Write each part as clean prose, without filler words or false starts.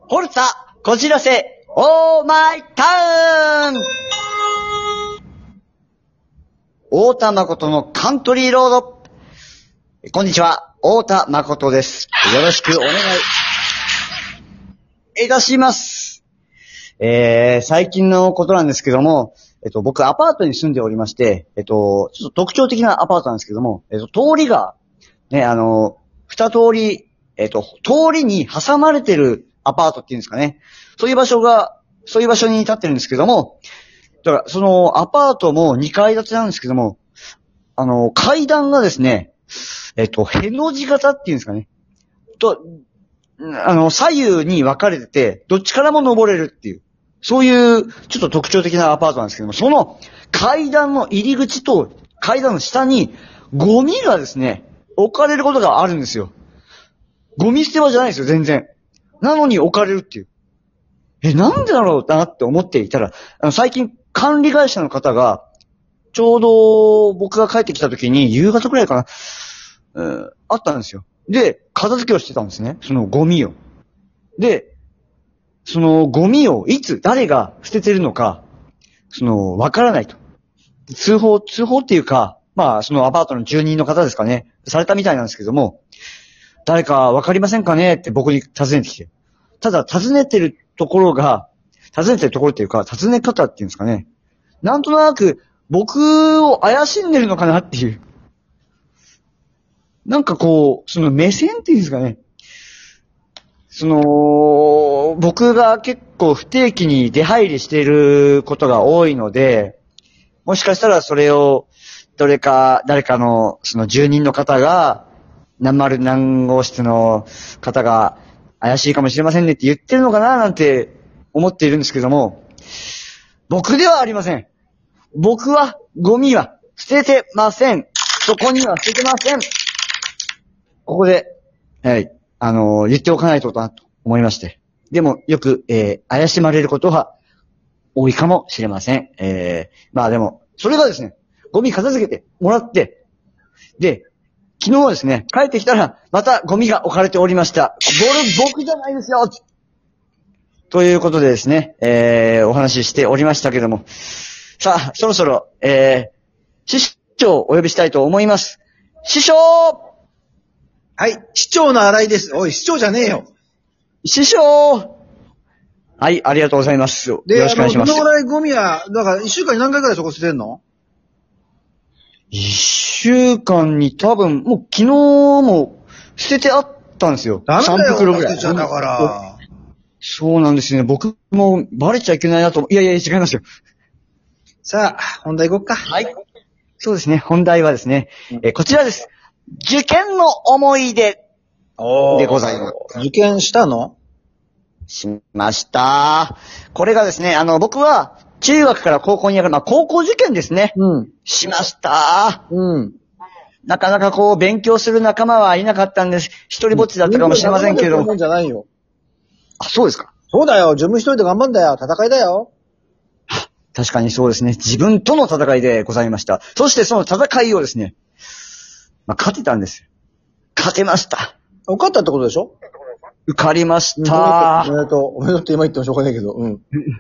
ホルツァ、こじらせ、オーマイタウン太田誠のカントリーロード。こんにちは、太田誠です。よろしくお願いいたします。最近のことなんですけども、僕アパートに住んでおりまして、ちょっと特徴的なアパートなんですけども、通りが、ね、二通り、通りに挟まれてるアパートっていうんですかね。そういう場所に立ってるんですけども、だから、そのアパートも2階建てなんですけども、階段がですね、への字型っていうんですかね。左右に分かれてて、どっちからも登れるっていう、そういう、ちょっと特徴的なアパートなんですけども、その階段の入り口と階段の下に、ゴミがですね、置かれることがあるんですよ。ゴミ捨て場じゃないですよ、全然。なのに置かれるっていう。なんでだろうなって思っていたら、最近管理会社の方が、ちょうど僕が帰ってきた時に、夕方くらいかな、あったんですよ。で、片付けをしてたんですね。そのゴミを。で、そのゴミをいつ誰が捨ててるのか、わからないと。通報っていうか、まあ、そのアパートの住人の方ですかね、されたみたいなんですけども、誰かわかりませんかねって僕に尋ねてきて。ただ、尋ねてるところっていうか、尋ね方っていうんですかね。なんとなく、僕を怪しんでるのかなっていう。なんかこう、その目線っていうんですかね。僕が結構不定期に出入りしていることが多いので、もしかしたらそれを、誰かの、その住人の方が、何丸何号室の方が怪しいかもしれませんねって言ってるのかななんて思っているんですけども、僕ではありません。僕はゴミは捨ててません。そこには捨ててません。ここで、はい、言っておかないとなと思いまして。でもよく、怪しまれることは多いかもしれません。まあでも、それがですね、ゴミ片付けてもらって、で、昨日はですね、帰ってきたら、またゴミが置かれておりました。僕じゃないですよということでですね、お話ししておりましたけども。さあ、そろそろ、師匠をお呼びしたいと思います。師匠はい、市長の新井です。おい、市長じゃねえよ。 師匠はい、ありがとうございます。よで、 ろしくお願いします。 どのぐらいゴミは、だから一週間に何回くらいそこ捨てんの？ 一週間に多分、もう昨日も捨ててあったんですよ。 ダメだよ、 3袋ぐらい。 捨てちゃだから。 そうなんですね。僕もバレちゃいけないなと。いや、違いますよ。 さあ、本題行こっか。 はい。そうですね。本題はですね、こちらです。受験の思い出でございます。 受験したの？ しました。これがですね、僕は中学から高校に上がる、まあ高校受験ですね。 うん。 しました。 うん。 なかなかこう勉強する仲間はいなかったんです。一人ぼっちだったかもしれませんけど。 そういうもんじゃないよ。 あ、そうですか。 そうだよ、自分一人で頑張んだよ。戦いだよ。 確かにそうですね。自分との戦いでございました。そしてその戦いをですね、まあ勝てたんです。勝てました。 受かったってことでしょ？ 受かりました。 おめでとう。おめでとうって今言ってもしょうがないけど。うん。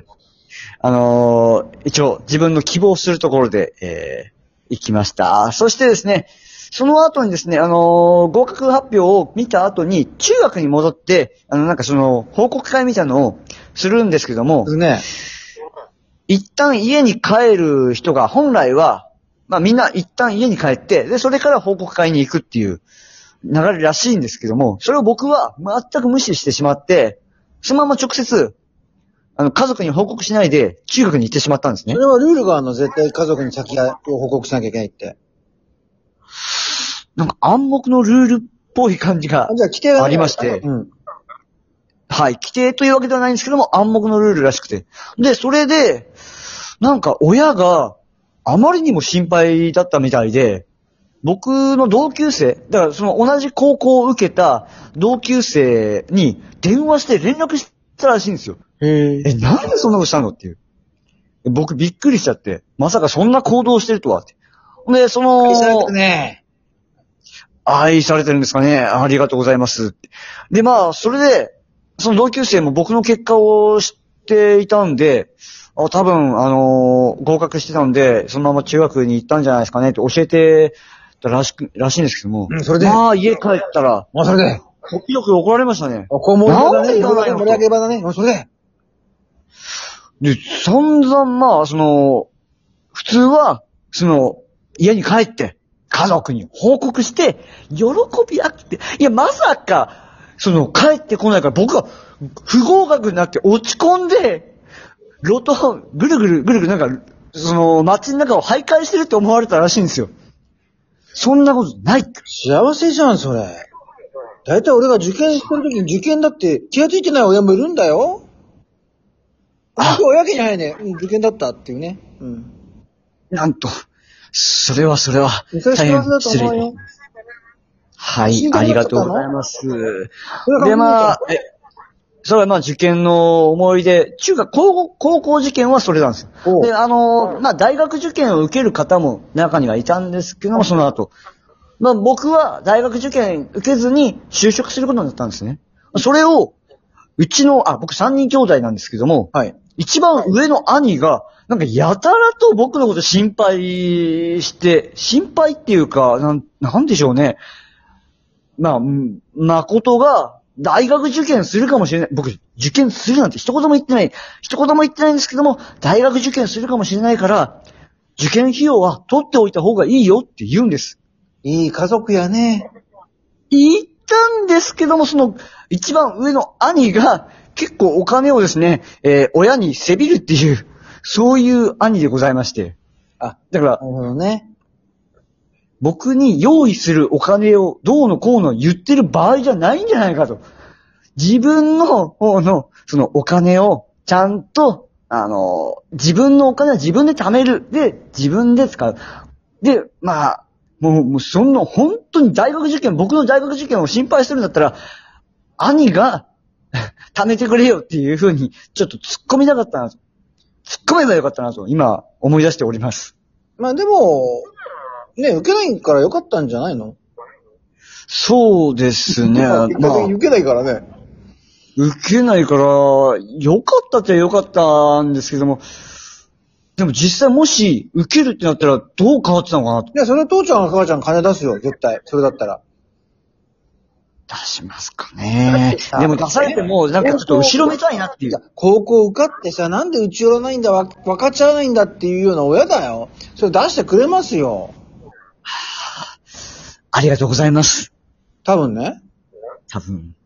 一応自分の希望するところで、行きました。そしてですね、その後にですね、合格発表を見た後に、中学に戻って、なんかその、報告会みたいなのをするんですけども、 ね、 一旦家に帰る人が本来は、まあみんな一旦家に帰って、で、それから報告会に行くっていう流れらしいんですけども、それを僕は全く無視してしまって、そのまま直接、家族に報告しないで中学に行ってしまったんですね。 それはルールが絶対家族に先を報告しなきゃいけないって。 なんか暗黙のルールっぽい感じがじゃあ規定がありまして、 うん。 はい、規定というわけではないんですけども、暗黙のルールらしくて。で、それで、なんか親があまりにも心配だったみたいで、僕の同級生、だからその同じ高校を受けた同級生に電話して連絡したらしいんですよ。なんでそんなことしたのっていう。僕びっくりしちゃって、まさかそんな行動してるとはって。で、 愛されてるね。 愛されてるんですかね。ありがとうございます。で、まあ、それで、 その同級生も僕の結果を知っていたんで、多分、合格してたんで、そのまま中学に行ったんじゃないですかねって教えてたらしいんですけども。 それでまあ、家帰ったら、 それで。 よく怒られましたね。 こう盛り上がね。 なんで盛り上げ場だね。それで。 で、散々まあ、普通は、家に帰って、家族に報告して、喜びあって、いや、まさか、帰ってこないから僕は不合格になって落ち込んで、ぐるぐるなんか、街の中を徘徊してるって思われたらしいんですよ。そんなことない。 幸せじゃん、それ。だいたい俺が受験してる時に受験だって気がついてない親もいるんだよ。今日親気に早いね。受験だったっていうね。 なんと、それは、 それ幸せだと思うよ。 はい、ありがとうございます。で、まあ、それはまあ受験の思い出、高校受験はそれなんですよ。で、まあ大学受験を受ける方も中にはいたんですけども、その後。まあ僕は大学受験受けずに就職することになったんですね。それを、僕3人兄弟なんですけども、 はい。 一番上の兄が、なんかやたらと僕のこと心配っていうか、なんでしょうね。まあ、誠が大学受験するかもしれない。僕、受験するなんて一言も言ってないんですけども、大学受験するかもしれないから、受験費用は取っておいた方がいいよって言うんです。 いい家族やね。 言ったんですけども、一番上の兄が結構お金をですね、親にせびるっていう、そういう兄でございまして。だから、 なるほどね。 僕に用意するお金をどうのこうの言ってる場合じゃないんじゃないかと。自分の方の、お金をちゃんと、自分のお金は自分で貯める。で、自分で使う。で、まあ、もう本当に僕の大学受験を心配してるんだったら、兄が貯めてくれよっていう風に、ちょっと突っ込みたかったなと。突っ込めばよかったなと、今、思い出しております。 まあでも、ね、受けないからよかったんじゃないの？ そうですね。まあ、 受けないからね。 受けないから、よかったってよかったんですけども、でも実際もし受けるってなったらどう変わってたのかなと。 いや、それ父ちゃんが母ちゃん金出すよ、絶対。それだったら。 出しますかね。でも出されても、なんかちょっと後ろめたいなっていう。 高校受かってさ、なんで打ち寄らないんだ、分かっちゃわないんだっていうような親だよ。それ出してくれますよ。 ありがとうございます。 多分ね。 多分。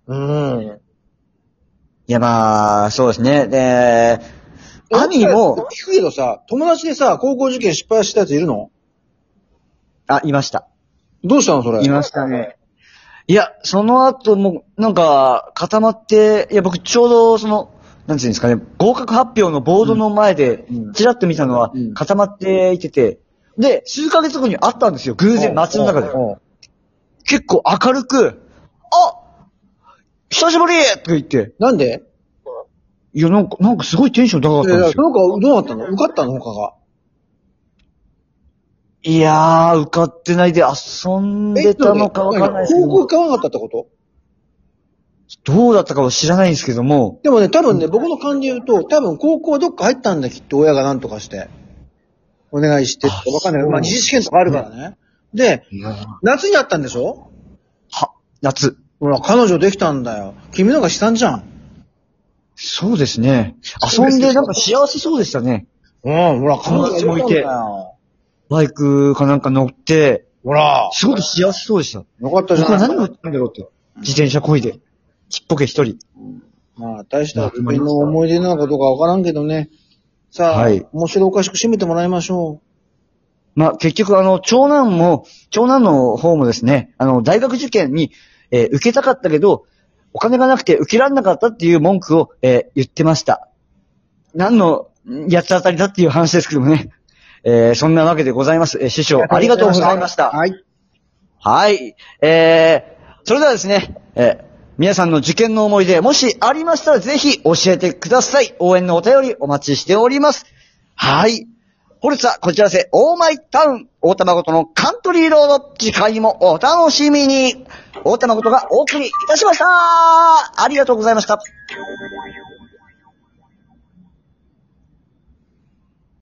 いや、まあ、そうですね。で、兄も。 聞くけどさ、友達でさ、高校受験失敗したやついるの？ いました。 どうしたのそれ？ いましたね。いや、その後も、なんか、固まって、いや、僕ちょうど、なんていうんですかね、合格発表のボードの前で、ちらっと見たのは、固まっていてて、で、数ヶ月後に会ったんですよ、偶然、街の中で。結構明るく、久しぶりとか言って。 なんで？ いや、なんかすごいテンション高かったんですよ。 なんか、どうなったの？受かったの他が。 いやー、受かってないで遊んでたのかわかんないですけど。 高校受かわなかったってこと？ どうだったかは知らないんですけども。 でもね、多分ね、僕の感じで言うと、多分高校はどっか入ったんだ、きっと親が何とかして。お願いしてってわかんない。まあ、二次試験とかあるからね。で、夏にあったんでしょ？ 夏。 ほら、彼女できたんだよ。君のが悲惨じゃん。 そうですね。遊んでなんか幸せそうでしたね。 ほら、彼女もいて。バイクかなんか乗って、 ほら。 すごく幸せそうでした。 よかったじゃん。 僕は何を言ったんだろうって。自転車漕いで。ちっぽけ一人。 まあ、大した自分の思い出なのかどうかわからんけどね。さあ、面白おかしく締めてもらいましょう。 まあ、結局長男の方もですね、大学受験に、受けたかったけど、お金がなくて受けられなかったっていう文句を、言ってました。何の八つ当たりだっていう話ですけどもね。そんなわけでございます。師匠、ありがとうございました。 はい。 はい。それではですね、皆さんの受験の思い出、もしありましたらぜひ教えてください。応援のお便りお待ちしております。はい。 ホルツァこちらせ、オーマイタウン、大田誠のカントリーロード、次回もお楽しみに。大田誠がお送りいたしました。ありがとうございました。